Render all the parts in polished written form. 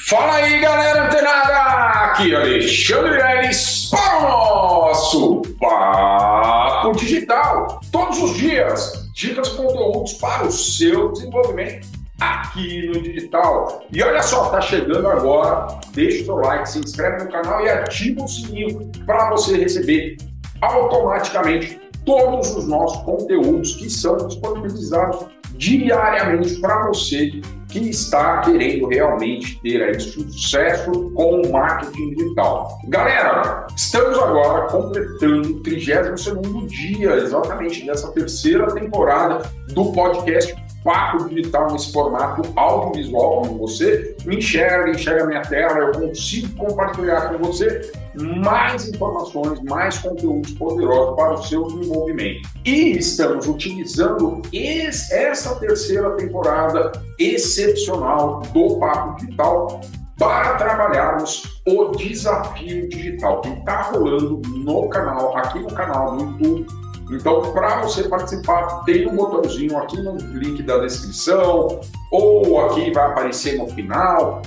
Fala aí, galera antenada! Aqui Alexandre Leles para o nosso Papo Digital. Todos os dias, dicas e conteúdos para o seu desenvolvimento aqui no digital. E olha só, tá chegando agora, deixa o seu like, se inscreve no canal e ativa o sininho para você receber automaticamente todos os nossos conteúdos que são disponibilizados diariamente para você que está querendo realmente ter aí sucesso com o marketing digital. Galera, estamos agora completando o 32º dia, exatamente, dessa terceira temporada do podcast Papo Digital nesse formato audiovisual, como você me enxerga a minha tela, eu consigo compartilhar com você mais informações, mais conteúdos poderosos para o seu desenvolvimento. E estamos utilizando essa terceira temporada excepcional do Papo Digital para trabalharmos o desafio digital que está rolando no canal, aqui no canal do YouTube. Então, para você participar, tem um botãozinho aqui no link da descrição, ou aqui vai aparecer no final,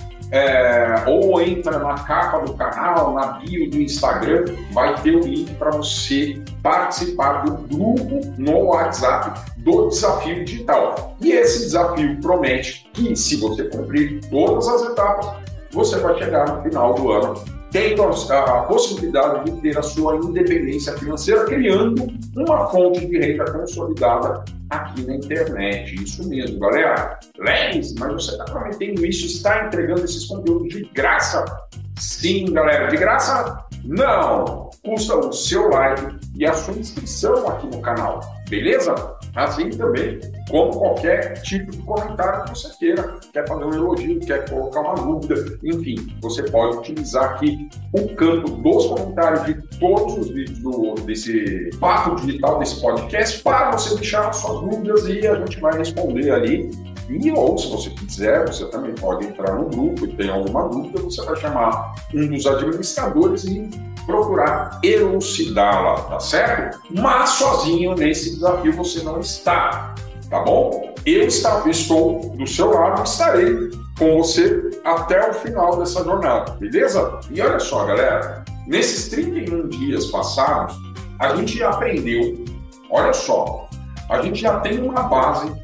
ou entra na capa do canal, na bio do Instagram, vai ter o link para você participar do grupo no WhatsApp do desafio digital. E esse desafio promete que, se você cumprir todas as etapas, você vai chegar no final do ano tendo a possibilidade de ter a sua independência financeira, criando uma fonte de renda consolidada aqui na internet. Isso mesmo, galera. Leles, mas você está prometendo isso, está entregando esses conteúdos de graça? Sim, galera, de graça? Não! Custa o seu like e a sua inscrição aqui no canal, beleza? Assim também, como qualquer tipo de comentário que você quer fazer um elogio, quer colocar uma dúvida, enfim, você pode utilizar aqui o campo dos comentários de todos os vídeos desse Papo Digital, desse podcast, para você deixar as suas dúvidas e a gente vai responder ali. Ou, se você quiser, você também pode entrar no grupo e tem alguma dúvida, você vai chamar um dos administradores e procurar elucidá-la, tá certo? Mas sozinho nesse desafio você não está, tá bom? Eu estou do seu lado e estarei com você até o final dessa jornada, beleza? E olha só, galera, nesses 31 dias passados, a gente já aprendeu, olha só, a gente já tem uma base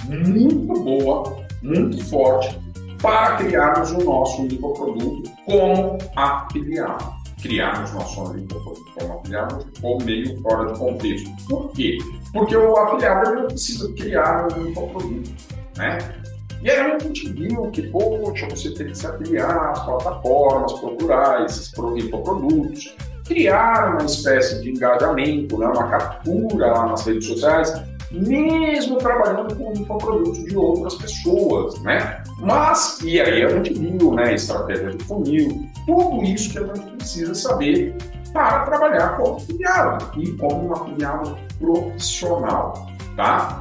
muito boa, muito forte, para criarmos o nosso infoproduto como afiliado. Criarmos nosso infoproduto como afiliado ficou meio fora de contexto. Por quê? Porque o afiliado não precisa criar um infoproduto, né? E aí a gente viu que, poxa, você tem que se afiliar às plataformas, procurar esses infoprodutos, criar uma espécie de engajamento, né? Uma captura lá nas redes sociais, mesmo trabalhando com infoprodutos de outras pessoas, né? Mas, e aí a gente viu, né, estratégia de funil, tudo isso que a gente precisa saber para trabalhar como afiliado e como um afiliado profissional, tá?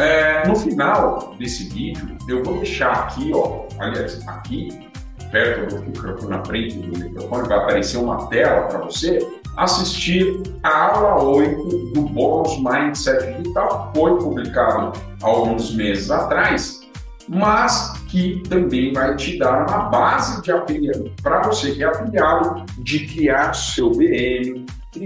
No final desse vídeo, eu vou deixar aqui, ó, aliás, aqui, perto do microfone, na frente do microfone, vai aparecer uma tela para você assistir a aula 8 do Bônus Mindset Digital, foi publicado há alguns meses atrás, mas que também vai te dar uma base de afiliado para você que é afiliado, de criar seu BM,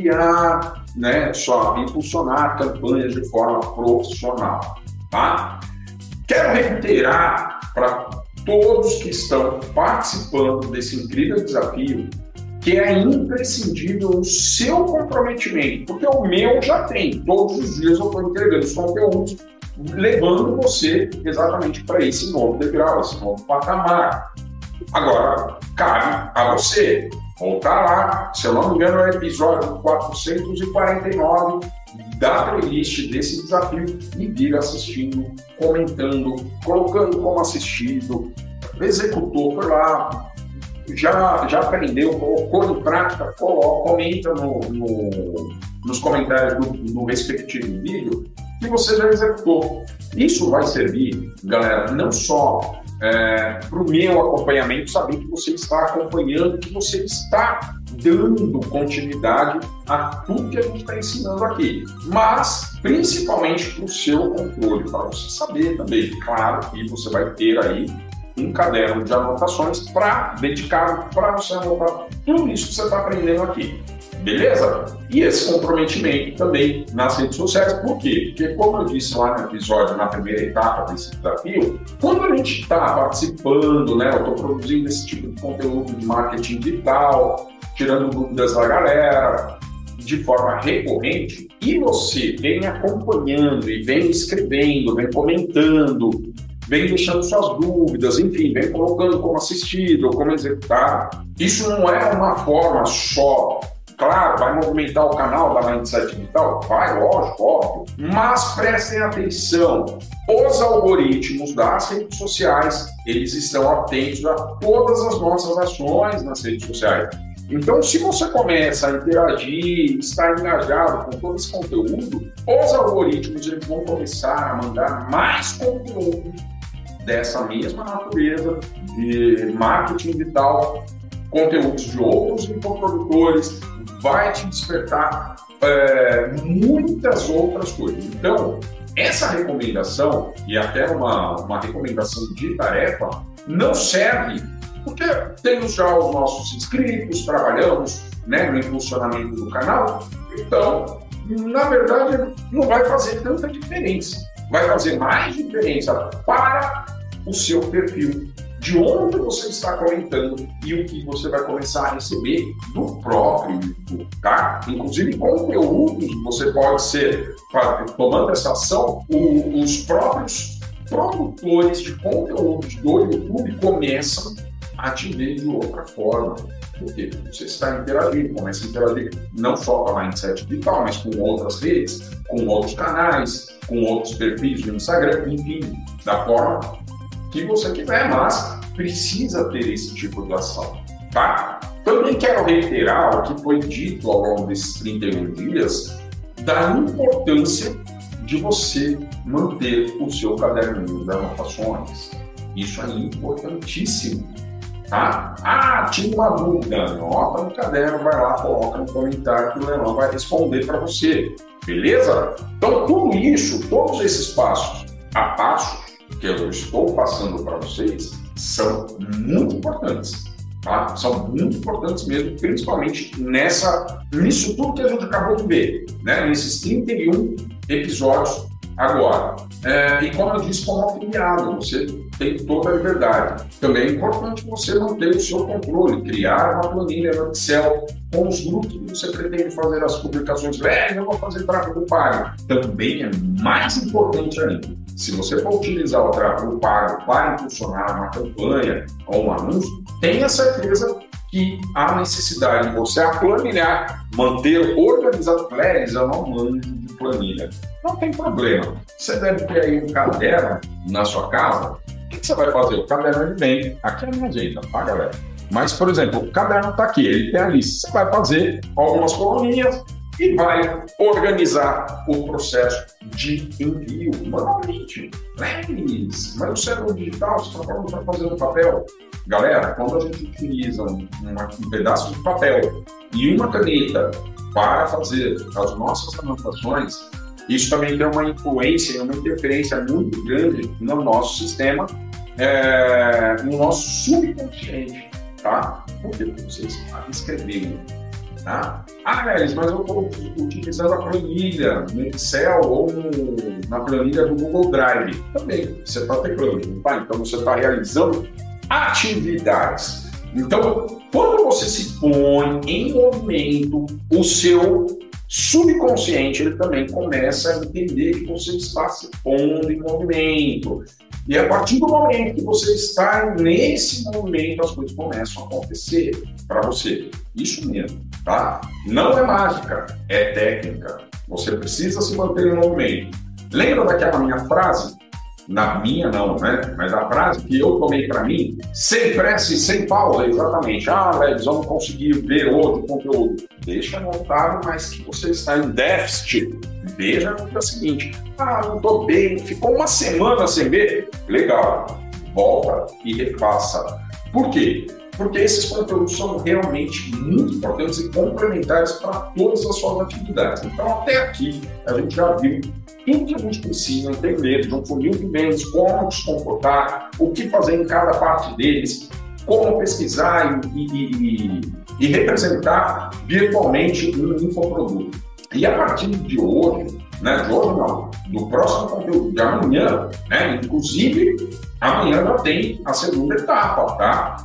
criar, né, impulsionar campanhas de forma profissional, tá? Quero reiterar para todos que estão participando desse incrível desafio que é imprescindível o seu comprometimento, porque o meu já tem, todos os dias eu estou entregando os conteúdos, levando você exatamente para esse novo degrau, esse novo patamar. Agora, cabe a você voltar lá, se eu não me engano é o episódio 449 da playlist desse desafio e vir assistindo, comentando, colocando como assistido, executou por lá, já aprendeu, colocou em prática, comenta nos comentários do respectivo vídeo que você já executou. Isso vai servir, galera, não só para o meu acompanhamento, saber que você está acompanhando, que você está dando continuidade a tudo que a gente está ensinando aqui, mas principalmente para o seu controle, para você saber também, claro que você vai ter aí um caderno de anotações para dedicado para você anotar tudo isso que você está aprendendo aqui. Beleza? E esse comprometimento também nas redes sociais. Por quê? Porque, como eu disse lá no episódio, na primeira etapa desse desafio, quando a gente está participando, né, eu estou produzindo esse tipo de conteúdo de marketing digital, tirando dúvidas da galera, de forma recorrente, e você vem acompanhando e vem escrevendo, vem comentando, vem deixando suas dúvidas, enfim, vem colocando como assistido ou como executar. Isso não é uma forma só. Claro, vai movimentar o canal da Mindset Digital? Vai, lógico, óbvio. Mas prestem atenção, os algoritmos das redes sociais, eles estão atentos a todas as nossas ações nas redes sociais. Então, se você começa a interagir, estar engajado com todo esse conteúdo, os algoritmos eles vão começar a mandar mais conteúdo dessa mesma natureza de marketing digital, conteúdos de outros infoprodutores, vai te despertar muitas outras coisas. Então, essa recomendação, e até uma recomendação de tarefa, não serve porque temos já os nossos inscritos, trabalhamos, né, no impulsionamento do canal, então, na verdade, não vai fazer tanta diferença. Vai fazer mais diferença para o seu perfil, de onde você está comentando e o que você vai começar a receber do próprio YouTube, tá? Inclusive, conteúdos, você pode ser, tomando essa ação, os próprios produtores de conteúdos do YouTube começam a te ver de outra forma. Porque você está interagindo, começa a interagir não só com a Mindset Digital, mas com outras redes, com outros canais, com outros perfis no Instagram, enfim, da forma que você quiser, mas precisa ter esse tipo de ação, tá? Também quero reiterar o que foi dito ao longo desses 31 dias da importância de você manter o seu caderninho de anotações. Isso é importantíssimo, tá? Ah, tinha uma dúvida, anota no caderno, vai lá, coloca no comentário que o Leão vai responder para você, beleza? Então, tudo isso, todos esses passos a passo que eu estou passando para vocês são muito importantes, tá? São muito importantes mesmo, principalmente nisso tudo que a gente acabou de ver, né? Nesses 31 episódios agora. E como eu disse, como afiliado, você tem toda a liberdade. Também é importante você manter o seu controle, criar uma planilha no Excel com os grupos que você pretende fazer as publicações. Eu vou fazer tráfego pago. Também é mais importante ainda. Se você for utilizar o tráfego pago para impulsionar uma campanha ou um anúncio, tenha certeza que há necessidade de você planilhar, manter organizado. Eu não manjo de planilha. Não tem problema. Você deve ter aí um caderno na sua casa. O que você vai fazer? O caderno ele vem aqui na minha agenda, tá, galera? Mas, por exemplo, o caderno está aqui, ele tem a lista. Você vai fazer algumas coluninhas e vai organizar o processo de envio manualmente. Mas o cérebro digital, você está fazendo no papel. Galera, quando a gente utiliza um pedaço de papel e uma caneta para fazer as nossas anotações, isso também tem uma influência e uma interferência muito grande no nosso sistema, no nosso subconsciente, tá? Porque você está escrevendo, tá? Mas eu estou utilizando a planilha no Excel ou na planilha do Google Drive. Também, você está teclando, tá? Então você está realizando atividades. Então, quando você se põe em movimento, o seu subconsciente ele também começa a entender que você está se pondo em movimento. E a partir do momento que você está nesse movimento, as coisas começam a acontecer para você. Isso mesmo, tá? Não é mágica, é técnica. Você precisa se manter em movimento. Lembra daquela minha frase? Na minha não, né? Mas a frase que eu tomei para mim, sem pressa e sem pausa, exatamente. Leves, eu não consegui ver outro conteúdo. Deixa anotado, mas que você está em déficit. Veja no dia seguinte. Não estou bem, ficou uma semana sem ver. Legal, volta e refaça. Por quê? porque esses conteúdos são realmente muito importantes e complementares para todas as suas atividades. Então, até aqui, a gente já viu tudo que a gente precisa entender de um funil de vendas, como se comportar, o que fazer em cada parte deles, como pesquisar e representar virtualmente um infoproduto. E a partir de hoje, de hoje não, do próximo conteúdo de amanhã, inclusive amanhã já tem a segunda etapa, tá?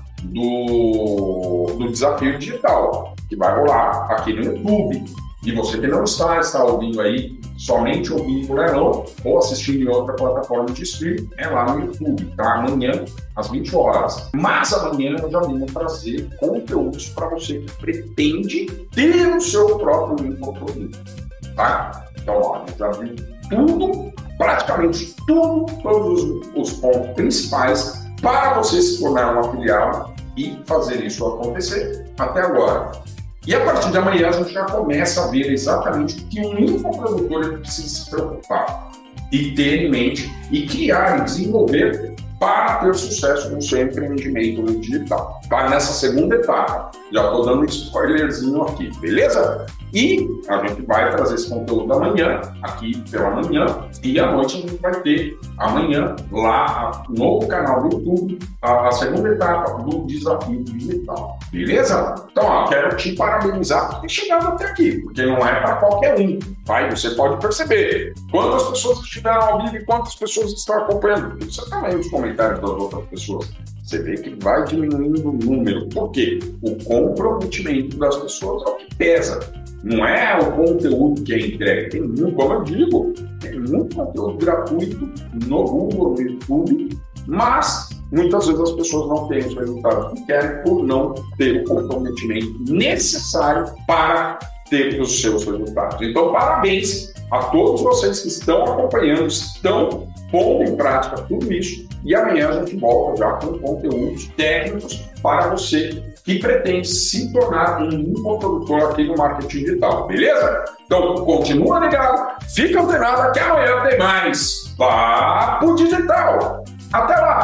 Do desafio digital, que vai rolar aqui no YouTube. E você que não está ouvindo aí, somente ouvindo o Leilão ou assistindo em outra plataforma de streaming, é lá no YouTube, tá? Amanhã, às 20 horas. Mas amanhã eu já venho trazer conteúdos para você que pretende ter o seu próprio infoproduto, tá? Então, ó, eu já vi tudo, praticamente tudo, todos os pontos principais para você se tornar um afiliado e fazer isso acontecer até agora. E a partir de amanhã a gente já começa a ver exatamente o que um infoprodutor precisa se preocupar e ter em mente e criar e desenvolver para ter sucesso no seu empreendimento digital. Tá nessa segunda etapa. Já estou dando um spoilerzinho aqui, beleza? E a gente vai trazer esse conteúdo amanhã, aqui pela manhã, e à noite a gente vai ter amanhã lá no canal do YouTube a segunda etapa do desafio digital, beleza? Então, ó, quero te parabenizar por ter chegado até aqui, porque não é para qualquer um, tá? E você pode perceber quantas pessoas estiveram ao vivo e quantas pessoas estão acompanhando. Você também nos comentários das outras pessoas. Você vê que vai diminuindo o número. Por quê? O comprometimento das pessoas é o que pesa. Não é o conteúdo que é entregue. Tem muito, como eu digo, tem muito conteúdo gratuito no Google, no YouTube, mas muitas vezes as pessoas não têm os resultados que querem por não ter o comprometimento necessário para ter os seus resultados. Então, parabéns a todos vocês que estão acompanhando, estão pondo em prática tudo isso. E amanhã a gente volta já com conteúdos técnicos para você que pretende se tornar um infoprodutor aqui no marketing digital, beleza? Então, continua ligado, fica antenado que amanhã tem mais Papo Digital. Até lá!